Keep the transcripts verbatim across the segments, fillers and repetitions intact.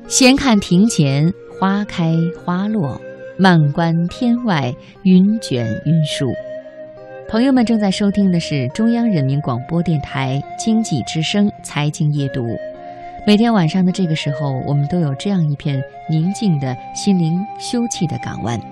闲看庭前花开花落，漫观天外云卷云舒。朋友们正在收听的是中央人民广播电台经济之声财经夜读。每天晚上的这个时候，我们都有这样一片宁静的心灵休憩的港湾。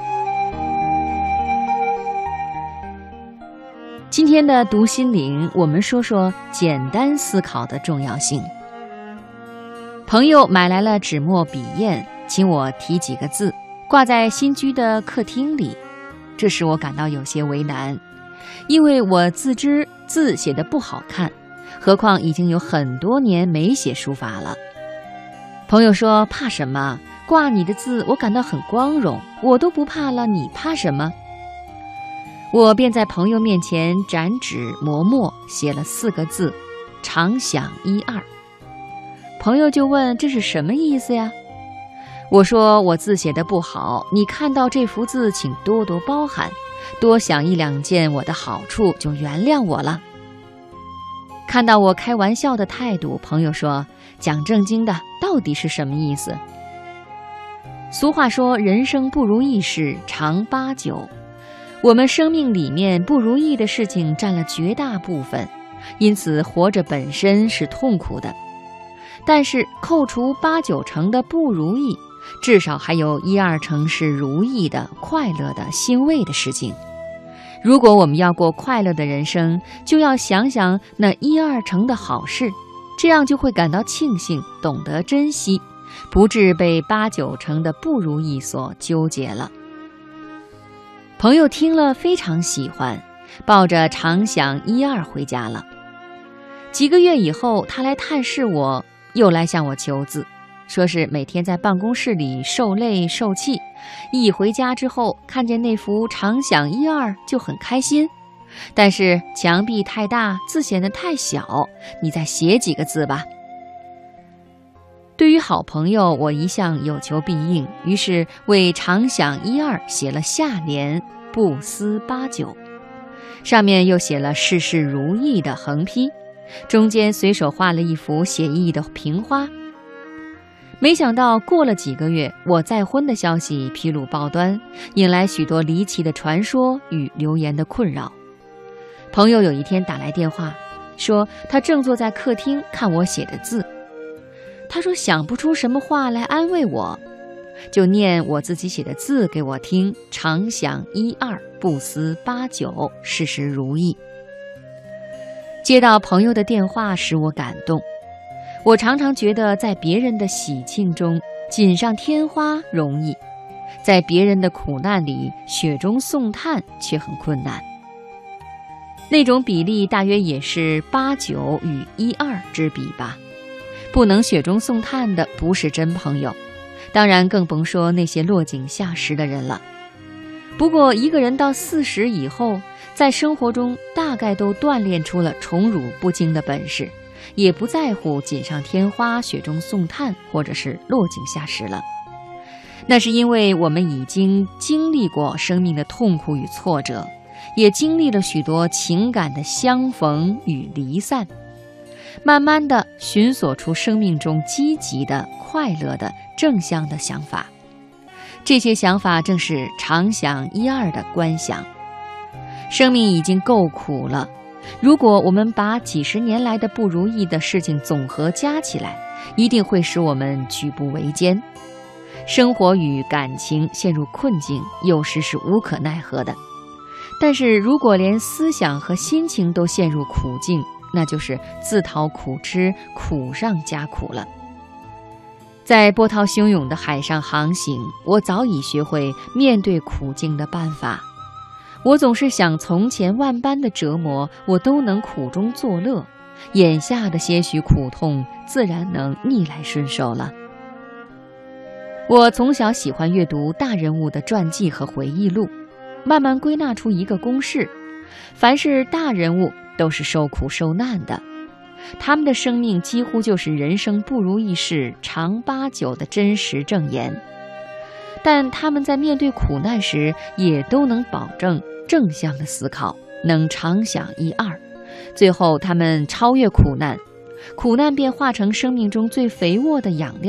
今天的读心灵，我们说说简单思考的重要性。朋友买来了纸墨笔砚，请我题几个字，挂在新居的客厅里。这使我感到有些为难，因为我自知字写得不好看，何况已经有很多年没写书法了。朋友说，怕什么？挂你的字我感到很光荣，我都不怕了，你怕什么？我便在朋友面前展纸磨墨，写了四个字：常想一二。朋友就问，这是什么意思呀？我说，我字写得不好，你看到这幅字请多多包涵，多想一两件我的好处就原谅我了。看到我开玩笑的态度，朋友说，讲正经的，到底是什么意思？俗话说，人生不如意事常八九，我们生命里面不如意的事情占了绝大部分，因此活着本身是痛苦的。但是扣除八九成的不如意，至少还有一二成是如意的、快乐的、欣慰的事情。如果我们要过快乐的人生，就要想想那一二成的好事，这样就会感到庆幸，懂得珍惜，不致被八九成的不如意所纠结了。朋友听了非常喜欢，抱着常想一二回家了。几个月以后，他来探视我，又来向我求字，说是每天在办公室里受累受气，一回家之后看见那幅常想一二就很开心，但是墙壁太大，字显得太小，你再写几个字吧。对于好朋友，我一向有求必应，于是为常想一二写了下联不思八九，上面又写了事事如意的横批，中间随手画了一幅写意的瓶花。没想到过了几个月，我再婚的消息披露报端，引来许多离奇的传说与流言的困扰。朋友有一天打来电话，说他正坐在客厅看我写的字，他说想不出什么话来安慰我，就念我自己写的字给我听，常想一二，不思八九，事事如意。接到朋友的电话使我感动，我常常觉得在别人的喜庆中锦上添花容易，在别人的苦难里雪中送炭却很困难。那种比例大约也是八九与一二之比吧。不能雪中送炭的不是真朋友，当然更甭说那些落井下石的人了。不过一个人到四十以后，在生活中大概都锻炼出了宠辱不惊的本事，也不在乎锦上添花、雪中送炭或者是落井下石了。那是因为我们已经经历过生命的痛苦与挫折，也经历了许多情感的相逢与离散，慢慢地寻索出生命中积极的、快乐的、正向的想法。这些想法正是常想一二的观想。生命已经够苦了，如果我们把几十年来的不如意的事情总和加起来，一定会使我们举步维艰。生活与感情陷入困境，有时是无可奈何的。但是如果连思想和心情都陷入苦境，那就是自讨苦吃，苦上加苦了。在波涛汹涌的海上航行，我早已学会面对苦境的办法。我总是想从前万般的折磨，我都能苦中作乐，眼下的些许苦痛自然能逆来顺受了。我从小喜欢阅读大人物的传记和回忆录，慢慢归纳出一个公式：凡是大人物都是受苦受难的，他们的生命几乎就是人生不如意事常八九的真实证言。但他们在面对苦难时，也都能保证正向的思考，能常想一二，最后他们超越苦难，苦难便化成生命中最肥沃的养料，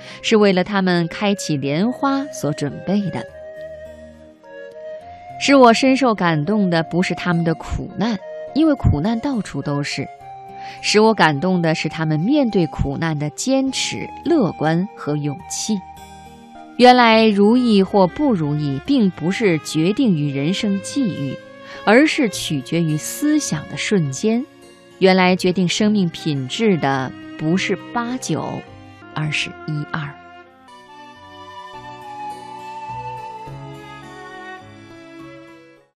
是为了他们开启莲花所准备的。使我深受感动的不是他们的苦难，因为苦难到处都是。使我感动的是他们面对苦难的坚持、乐观和勇气。原来如意或不如意并不是决定于人生际遇，而是取决于思想的瞬间。原来决定生命品质的不是八九，而是一二。